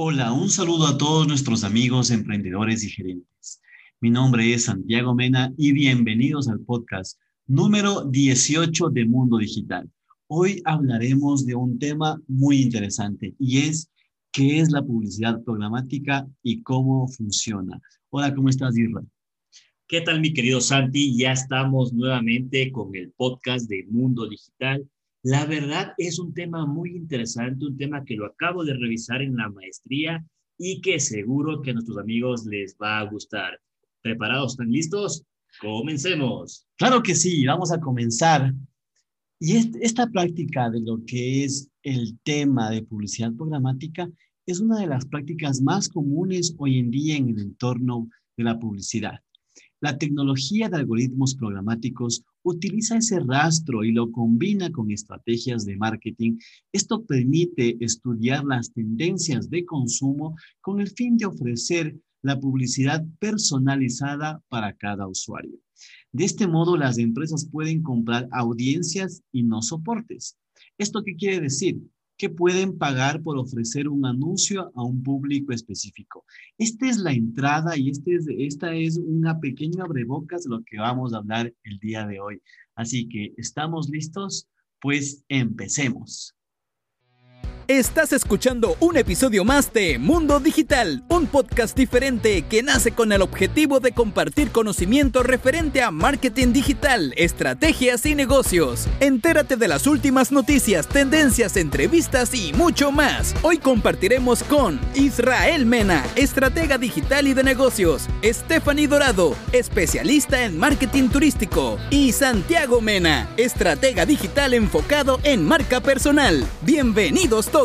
Hola, un saludo a todos nuestros amigos emprendedores y gerentes. Mi nombre es Santiago Mena y bienvenidos al podcast número 18 de Mundo Digital. Hoy hablaremos de un tema muy interesante y es qué es la publicidad programática y cómo funciona. Hola, ¿cómo estás, Isra? ¿Qué tal, mi querido Santi? Ya estamos nuevamente con el podcast de Mundo Digital. La verdad es un tema muy interesante, un tema que lo acabo de revisar en la maestría y que seguro que a nuestros amigos les va a gustar. ¿Preparados? ¿Están listos? Comencemos. Claro que sí, vamos a comenzar. Y esta práctica de lo que es el tema de publicidad programática es una de las prácticas más comunes hoy en día en el entorno de la publicidad. La tecnología de algoritmos programáticos utiliza ese rastro y lo combina con estrategias de marketing. Esto permite estudiar las tendencias de consumo con el fin de ofrecer la publicidad personalizada para cada usuario. De este modo, las empresas pueden comprar audiencias y no soportes. ¿Esto qué quiere decir? Que pueden pagar por ofrecer un anuncio a un público específico. Esta es la entrada y esta es una pequeña abrebocas de lo que vamos a hablar el día de hoy. Así que, ¿estamos listos? Pues empecemos. Estás escuchando un episodio más de Mundo Digital, un podcast diferente que nace con el objetivo de compartir conocimiento referente a marketing digital, estrategias y negocios. Entérate de las últimas noticias, tendencias, entrevistas y mucho más. Hoy compartiremos con Israel Mena, estratega digital y de negocios, Stephanie Dorado, especialista en marketing turístico, y Santiago Mena, estratega digital enfocado en marca personal. Bienvenidos todos.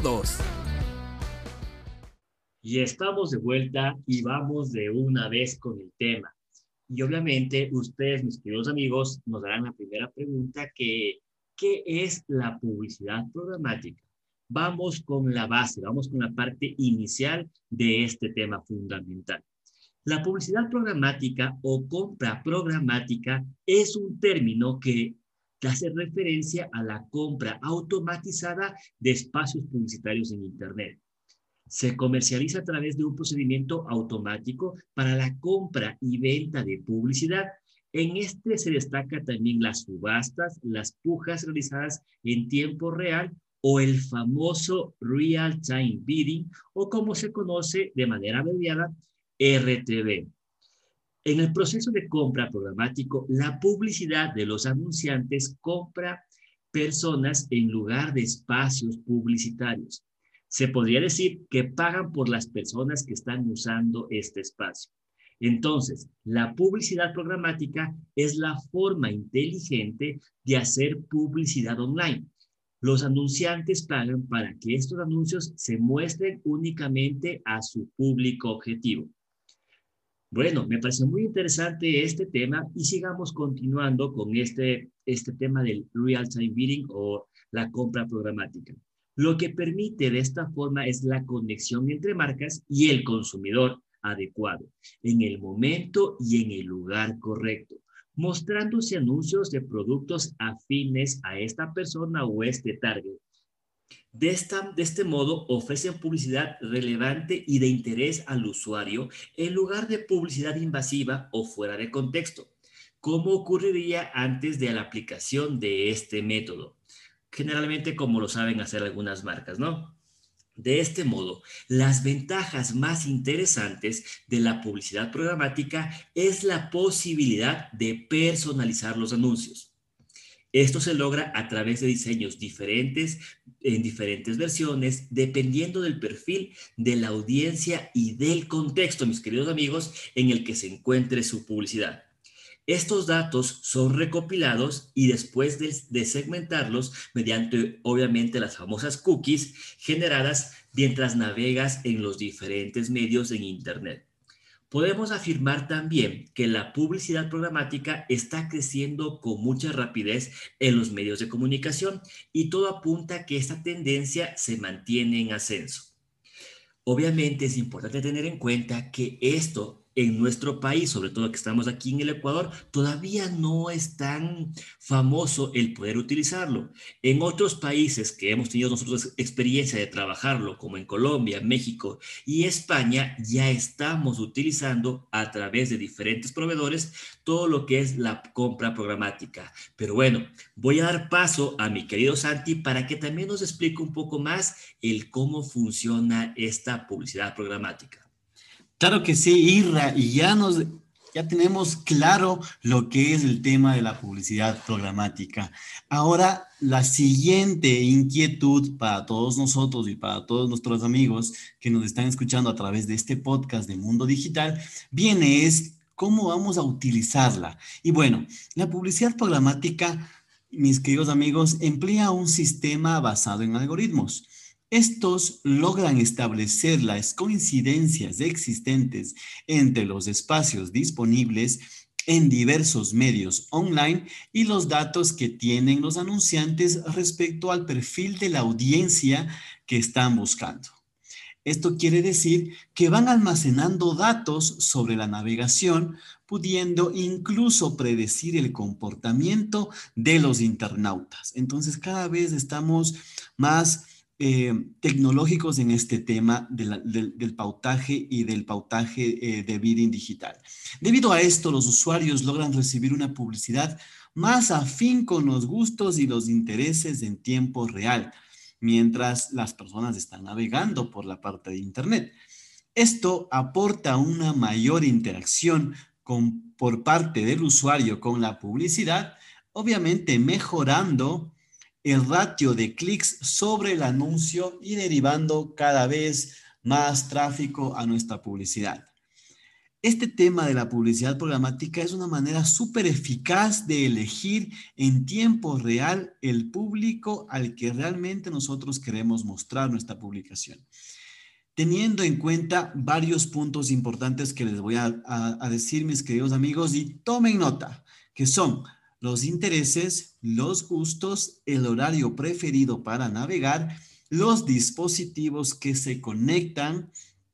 Y estamos de vuelta y vamos de una vez con el tema. Y obviamente ustedes, mis queridos amigos, nos darán la primera pregunta que, ¿qué es la publicidad programática? Vamos con la base, vamos con la parte inicial de este tema fundamental. La publicidad programática o compra programática es un término que hace referencia a la compra automatizada de espacios publicitarios en Internet. Se comercializa a través de un procedimiento automático para la compra y venta de publicidad. En este se destaca también las subastas, las pujas realizadas en tiempo real o el famoso real-time bidding o como se conoce de manera abreviada RTV. En el proceso de compra programático, la publicidad de los anunciantes compra personas en lugar de espacios publicitarios. Se podría decir que pagan por las personas que están usando este espacio. Entonces, la publicidad programática es la forma inteligente de hacer publicidad online. Los anunciantes pagan para que estos anuncios se muestren únicamente a su público objetivo. Bueno, me parece muy interesante este tema y sigamos continuando con este tema del real-time bidding o la compra programática. Lo que permite de esta forma es la conexión entre marcas y el consumidor adecuado, en el momento y en el lugar correcto, mostrándose anuncios de productos afines a esta persona o este target. De este modo, ofrecen publicidad relevante y de interés al usuario en lugar de publicidad invasiva o fuera de contexto, como ocurriría antes de la aplicación de este método. Generalmente como lo saben hacer algunas marcas, ¿no? De este modo, las ventajas más interesantes de la publicidad programática es la posibilidad de personalizar los anuncios. Esto se logra a través de diseños diferentes, en diferentes versiones, dependiendo del perfil de la audiencia y del contexto, mis queridos amigos, en el que se encuentre su publicidad. Estos datos son recopilados y después de segmentarlos mediante, obviamente, las famosas cookies generadas mientras navegas en los diferentes medios en Internet. Podemos afirmar también que la publicidad programática está creciendo con mucha rapidez en los medios de comunicación y todo apunta a que esta tendencia se mantiene en ascenso. Obviamente es importante tener en cuenta que esto en nuestro país, sobre todo que estamos aquí en el Ecuador, todavía no es tan famoso el poder utilizarlo. En otros países que hemos tenido nosotros experiencia de trabajarlo, como en Colombia, México y España, ya estamos utilizando a través de diferentes proveedores todo lo que es la compra programática. Pero bueno, voy a dar paso a mi querido Santi para que también nos explique un poco más el cómo funciona esta publicidad programática. Claro que sí, Irra, y ya tenemos claro lo que es el tema de la publicidad programática. Ahora, la siguiente inquietud para todos nosotros y para todos nuestros amigos que nos están escuchando a través de este podcast de Mundo Digital, viene es cómo vamos a utilizarla. Y bueno, la publicidad programática, mis queridos amigos, emplea un sistema basado en algoritmos. Estos logran establecer las coincidencias existentes entre los espacios disponibles en diversos medios online y los datos que tienen los anunciantes respecto al perfil de la audiencia que están buscando. Esto quiere decir que van almacenando datos sobre la navegación, pudiendo incluso predecir el comportamiento de los internautas. Entonces, cada vez estamos más tecnológicos en este tema del pautaje y del pautaje de bidding digital. Debido a esto, los usuarios logran recibir una publicidad más afín con los gustos y los intereses en tiempo real, mientras las personas están navegando por la parte de Internet. Esto aporta una mayor interacción por parte del usuario con la publicidad, obviamente mejorando el ratio de clics sobre el anuncio y derivando cada vez más tráfico a nuestra publicidad. Este tema de la publicidad programática es una manera súper eficaz de elegir en tiempo real el público al que realmente nosotros queremos mostrar nuestra publicación, teniendo en cuenta varios puntos importantes que les voy a decir, mis queridos amigos, y tomen nota, que son los intereses, los gustos, el horario preferido para navegar, los dispositivos que se conectan.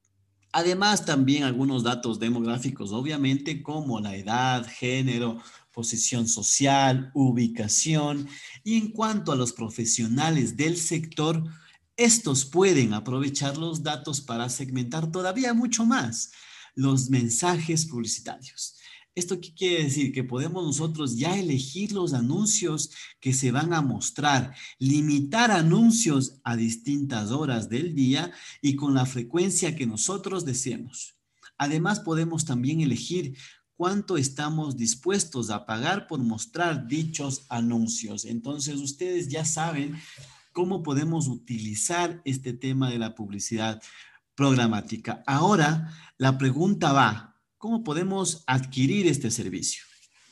Además, también algunos datos demográficos, obviamente, como la edad, género, posición social, ubicación. Y en cuanto a los profesionales del sector, estos pueden aprovechar los datos para segmentar todavía mucho más los mensajes publicitarios. ¿Esto qué quiere decir? Que podemos nosotros ya elegir los anuncios que se van a mostrar, limitar anuncios a distintas horas del día y con la frecuencia que nosotros deseemos. Además, podemos también elegir cuánto estamos dispuestos a pagar por mostrar dichos anuncios. Entonces, ustedes ya saben cómo podemos utilizar este tema de la publicidad programática. Ahora, la pregunta va, ¿cómo podemos adquirir este servicio?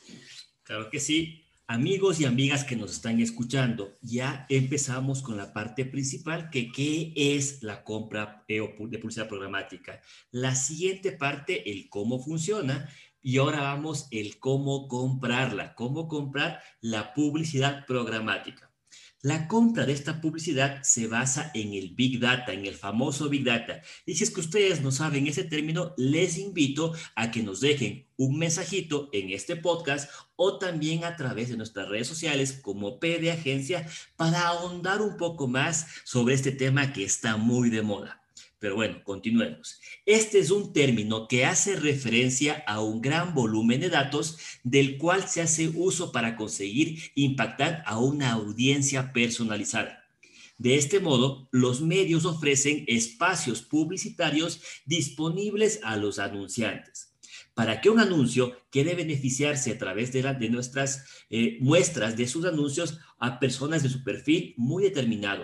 Claro que sí. Amigos y amigas que nos están escuchando, ya empezamos con la parte principal, que ¿qué es la compra de publicidad programática? La siguiente parte, el cómo funciona, y ahora vamos el cómo comprarla, cómo comprar la publicidad programática. La compra de esta publicidad se basa en el Big Data, en el famoso Big Data. Y si es que ustedes no saben ese término, les invito a que nos dejen un mensajito en este podcast o también a través de nuestras redes sociales como P de Agencia para ahondar un poco más sobre este tema que está muy de moda. Pero bueno, continuemos. Este es un término que hace referencia a un gran volumen de datos del cual se hace uso para conseguir impactar a una audiencia personalizada. De este modo, los medios ofrecen espacios publicitarios disponibles a los anunciantes. Para que un anuncio quiere beneficiarse a través de nuestras muestras de sus anuncios a personas de su perfil muy determinado.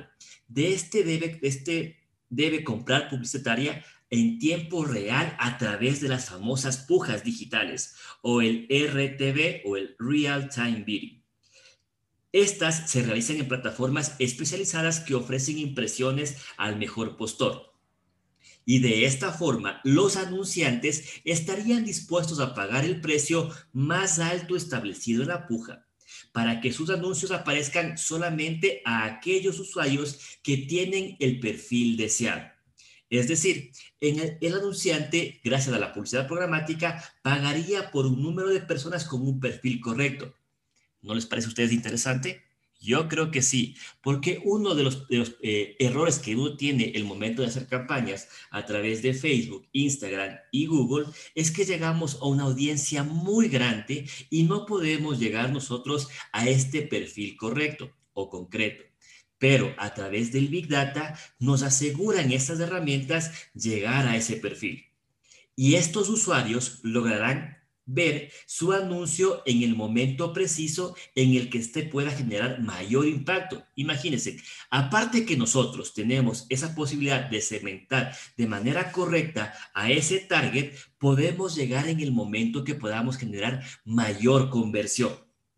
Debe comprar publicitaria en tiempo real a través de las famosas pujas digitales o el RTV o el Real Time Bidding. Estas se realizan en plataformas especializadas que ofrecen impresiones al mejor postor. Y de esta forma, los anunciantes estarían dispuestos a pagar el precio más alto establecido en la puja, para que sus anuncios aparezcan solamente a aquellos usuarios que tienen el perfil deseado. Es decir, el anunciante, gracias a la publicidad programática, pagaría por un número de personas con un perfil correcto. ¿No les parece a ustedes interesante? Yo creo que sí, porque uno de los errores que uno tiene el momento de hacer campañas a través de Facebook, Instagram y Google es que llegamos a una audiencia muy grande y no podemos llegar nosotros a este perfil correcto o concreto. Pero a través del Big Data nos aseguran estas herramientas llegar a ese perfil. Y estos usuarios lograrán ver su anuncio en el momento preciso en el que éste pueda generar mayor impacto. Imagínense, aparte que nosotros tenemos esa posibilidad de segmentar de manera correcta a ese target, podemos llegar en el momento que podamos generar mayor conversión,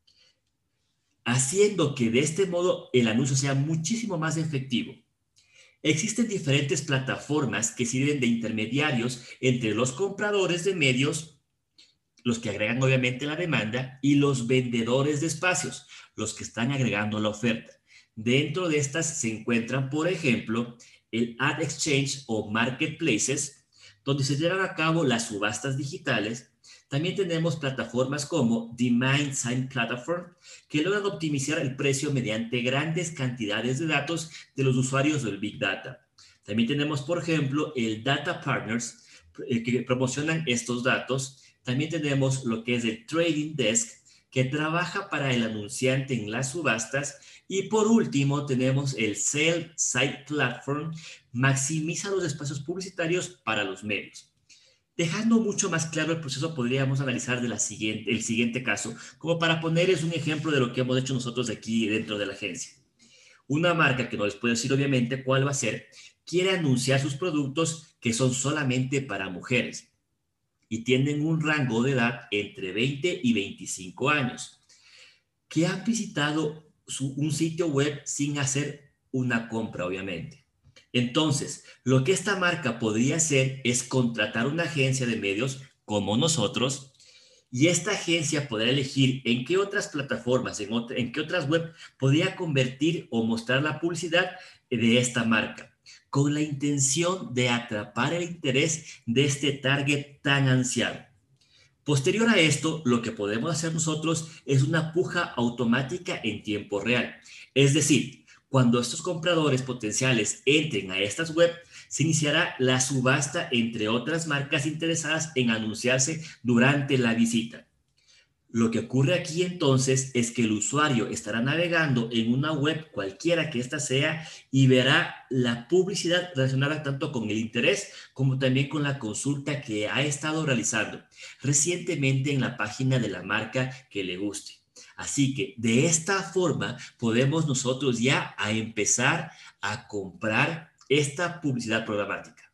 haciendo que de este modo el anuncio sea muchísimo más efectivo. Existen diferentes plataformas que sirven de intermediarios entre los compradores de medios, los que agregan obviamente la demanda, y los vendedores de espacios, los que están agregando la oferta. Dentro de estas se encuentran, por ejemplo, el Ad Exchange o Marketplaces, donde se llevan a cabo las subastas digitales. También tenemos plataformas como Demand Side Platform, que logran optimizar el precio mediante grandes cantidades de datos de los usuarios del Big Data. También tenemos, por ejemplo, el Data Partners, que promocionan estos datos. También tenemos lo que es el Trading Desk, que trabaja para el anunciante en las subastas. Y por último, tenemos el Sell Side Platform, maximiza los espacios publicitarios para los medios. Dejando mucho más claro el proceso, podríamos analizar el siguiente caso, como para ponerles un ejemplo de lo que hemos hecho nosotros aquí dentro de la agencia. Una marca, que no les puedo decir obviamente cuál va a ser, quiere anunciar sus productos que son solamente para mujeres y tienen un rango de edad entre 20 y 25 años, que han visitado un sitio web sin hacer una compra, obviamente. Entonces, lo que esta marca podría hacer es contratar una agencia de medios como nosotros, y esta agencia podrá elegir en qué otras plataformas, en qué otras web podría convertir o mostrar la publicidad de esta marca, con la intención de atrapar el interés de este target tan ansiado. Posterior a esto, lo que podemos hacer nosotros es una puja automática en tiempo real. Es decir, cuando estos compradores potenciales entren a estas web, se iniciará la subasta entre otras marcas interesadas en anunciarse durante la visita. Lo que ocurre aquí entonces es que el usuario estará navegando en una web, cualquiera que ésta sea, y verá la publicidad relacionada tanto con el interés como también con la consulta que ha estado realizando recientemente en la página de la marca que le guste. Así que de esta forma podemos nosotros ya a empezar a comprar esta publicidad programática.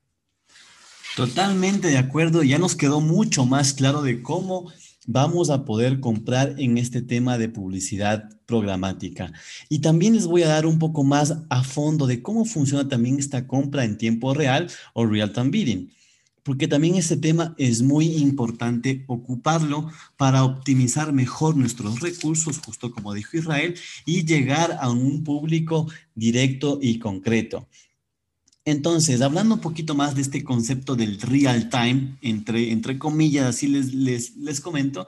Totalmente de acuerdo, ya nos quedó mucho más claro de cómo vamos a poder comprar en este tema de publicidad programática. Y también les voy a dar un poco más a fondo de cómo funciona también esta compra en tiempo real o real-time bidding, porque también este tema es muy importante ocuparlo para optimizar mejor nuestros recursos, justo como dijo Israel, y llegar a un público directo y concreto. Entonces, hablando un poquito más de este concepto del real time, entre comillas, así les comento,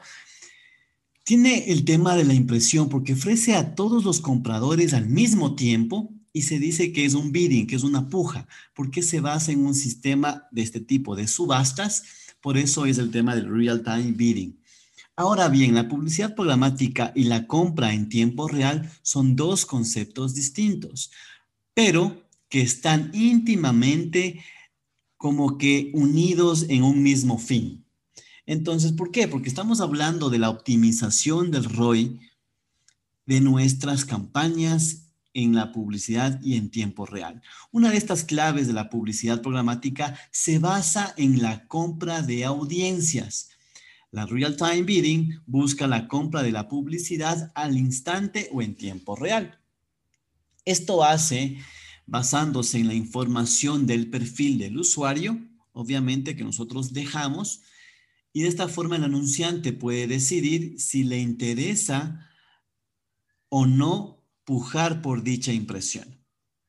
tiene el tema de la impresión porque ofrece a todos los compradores al mismo tiempo y se dice que es un bidding, que es una puja, porque se basa en un sistema de este tipo de subastas, por eso es el tema del real time bidding. Ahora bien, la publicidad programática y la compra en tiempo real son dos conceptos distintos, pero que están íntimamente como que unidos en un mismo fin. Entonces, ¿por qué? Porque estamos hablando de la optimización del ROI de nuestras campañas en la publicidad y en tiempo real. Una de estas claves de la publicidad programática se basa en la compra de audiencias. La real-time bidding busca la compra de la publicidad al instante o en tiempo real. Esto hace basándose en la información del perfil del usuario, obviamente que nosotros dejamos, y de esta forma el anunciante puede decidir si le interesa o no pujar por dicha impresión.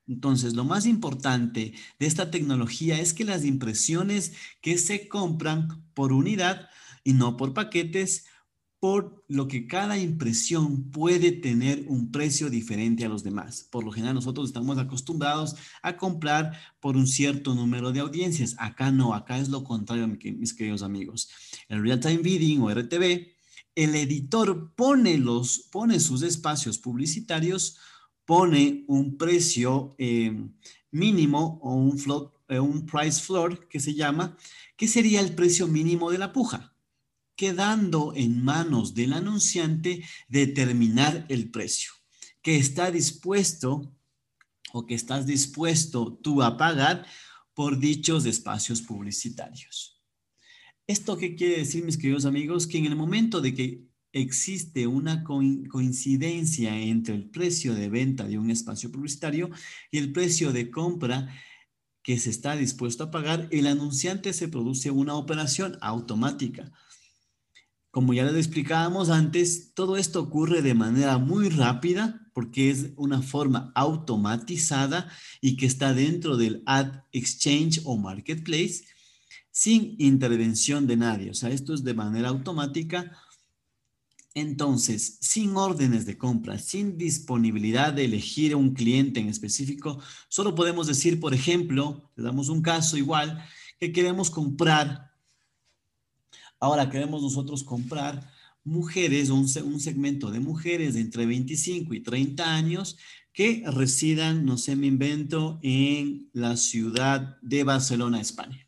Entonces, lo más importante de esta tecnología es que las impresiones que se compran por unidad y no por paquetes, por lo que cada impresión puede tener un precio diferente a los demás. Por lo general, nosotros estamos acostumbrados a comprar por un cierto número de audiencias. Acá no, acá es lo contrario, mis queridos amigos. El Real Time Bidding o RTV, el editor pone sus espacios publicitarios, pone un precio mínimo o un price floor que se llama, que sería el precio mínimo de la puja, quedando en manos del anunciante determinar el precio que está dispuesto o que estás dispuesto tú a pagar por dichos espacios publicitarios. ¿Esto qué quiere decir, mis queridos amigos? Que en el momento de que existe una coincidencia entre el precio de venta de un espacio publicitario y el precio de compra que se está dispuesto a pagar, el anunciante se produce una operación automática. Como ya les explicábamos antes, todo esto ocurre de manera muy rápida porque es una forma automatizada y que está dentro del Ad Exchange o Marketplace sin intervención de nadie. O sea, esto es de manera automática. Entonces, sin órdenes de compra, sin disponibilidad de elegir a un cliente en específico, solo podemos decir, por ejemplo, le damos un caso igual, que queremos comprar. Ahora queremos nosotros comprar mujeres, un segmento de mujeres de entre 25 y 30 años que residan, no sé, me invento, en la ciudad de Barcelona, España.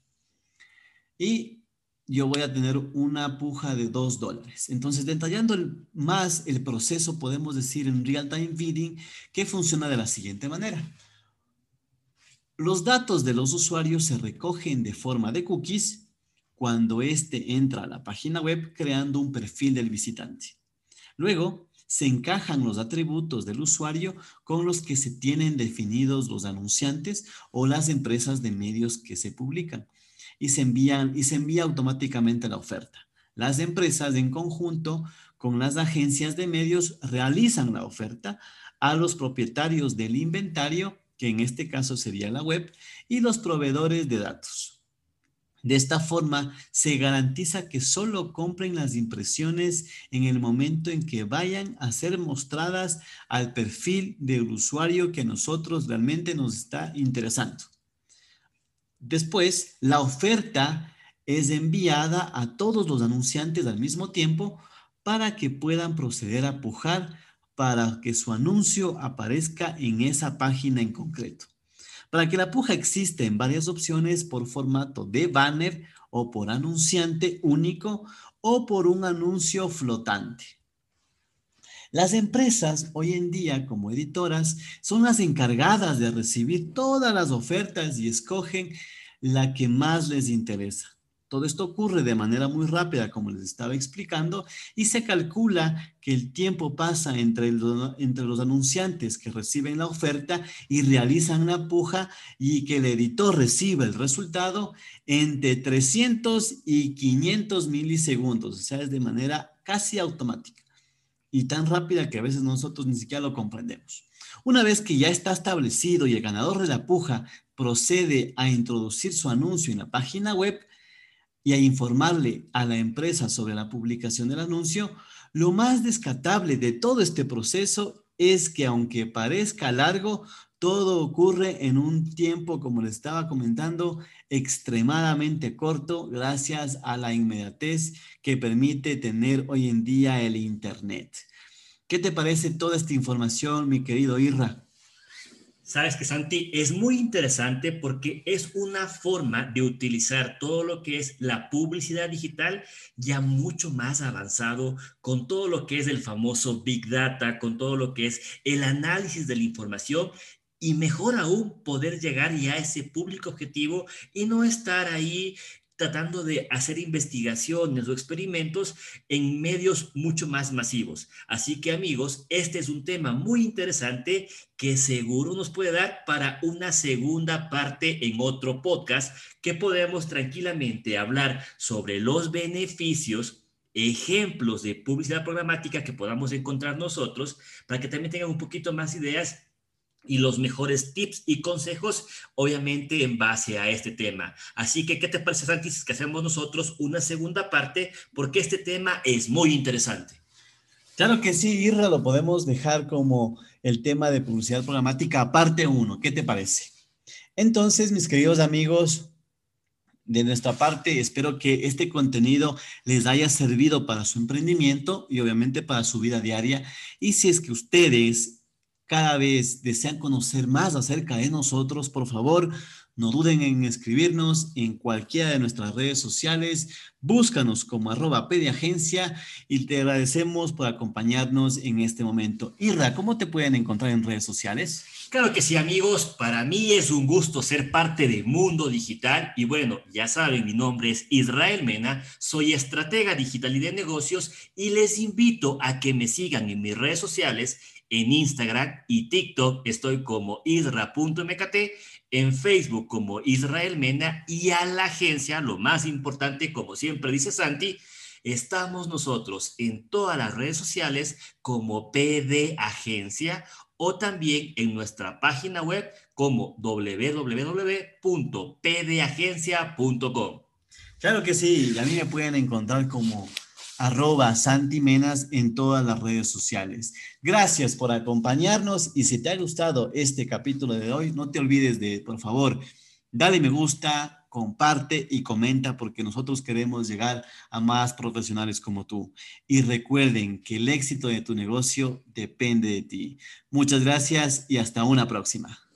Y yo voy a tener una puja de $2. Entonces, detallando más el proceso, podemos decir en Real-Time Bidding que funciona de la siguiente manera. Los datos de los usuarios se recogen de forma de cookies cuando éste entra a la página web creando un perfil del visitante. Luego, se encajan los atributos del usuario con los que se tienen definidos los anunciantes o las empresas de medios que se publican y se envía automáticamente la oferta. Las empresas en conjunto con las agencias de medios realizan la oferta a los propietarios del inventario, que en este caso sería la web, y los proveedores de datos. De esta forma, se garantiza que solo compren las impresiones en el momento en que vayan a ser mostradas al perfil del usuario que a nosotros realmente nos está interesando. Después, la oferta es enviada a todos los anunciantes al mismo tiempo para que puedan proceder a pujar para que su anuncio aparezca en esa página en concreto. Para que la puja exista en varias opciones por formato de banner o por anunciante único o por un anuncio flotante. Las empresas hoy en día como editoras son las encargadas de recibir todas las ofertas y escogen la que más les interesa. Todo esto ocurre de manera muy rápida, como les estaba explicando, y se calcula que el tiempo pasa entre los anunciantes que reciben la oferta y realizan la puja y que el editor recibe el resultado entre 300 y 500 milisegundos, o sea, es de manera casi automática y tan rápida que a veces nosotros ni siquiera lo comprendemos. Una vez que ya está establecido y el ganador de la puja procede a introducir su anuncio en la página web, y a informarle a la empresa sobre la publicación del anuncio, lo más descartable de todo este proceso es que aunque parezca largo, todo ocurre en un tiempo, como les estaba comentando, extremadamente corto gracias a la inmediatez que permite tener hoy en día el Internet. ¿Qué te parece toda esta información, mi querido Irra? Sabes que, Santi, es muy interesante porque es una forma de utilizar todo lo que es la publicidad digital ya mucho más avanzado, con todo lo que es el famoso Big Data, con todo lo que es el análisis de la información y mejor aún poder llegar ya a ese público objetivo y no estar ahí tratando de hacer investigaciones o experimentos en medios mucho más masivos. Así que, amigos, este es un tema muy interesante que seguro nos puede dar para una segunda parte en otro podcast que podemos tranquilamente hablar sobre los beneficios, ejemplos de publicidad programática que podamos encontrar nosotros para que también tengan un poquito más ideas y los mejores tips y consejos, obviamente en base a este tema. Así que, ¿qué te parece, Santi, si es que hacemos nosotros una segunda parte? Porque este tema es muy interesante. Claro que sí, Irra, lo podemos dejar como el tema de publicidad programática parte 1. ¿Qué te parece? Entonces, mis queridos amigos, de nuestra parte, espero que este contenido les haya servido para su emprendimiento y obviamente para su vida diaria. Y si es que ustedes cada vez desean conocer más acerca de nosotros, por favor, no duden en escribirnos en cualquiera de nuestras redes sociales. Búscanos como @pediagencia y te agradecemos por acompañarnos en este momento. Irra, ¿cómo te pueden encontrar en redes sociales? Claro que sí, amigos. Para mí es un gusto ser parte de Mundo Digital. Y bueno, ya saben, mi nombre es Israel Mena, soy estratega digital y de negocios y les invito a que me sigan en mis redes sociales. En Instagram y TikTok estoy como isra.mkt, en Facebook como Israel Mena y a la agencia, lo más importante, como siempre dice Santi, estamos nosotros en todas las redes sociales como PD Agencia o también en nuestra página web como www.pdagencia.com. Claro que sí, y a mí me pueden encontrar como @santimenas en todas las redes sociales. Gracias por acompañarnos y si te ha gustado este capítulo de hoy, no te olvides de, por favor, dale me gusta, comparte y comenta porque nosotros queremos llegar a más profesionales como tú. Y recuerden que el éxito de tu negocio depende de ti. Muchas gracias y hasta una próxima.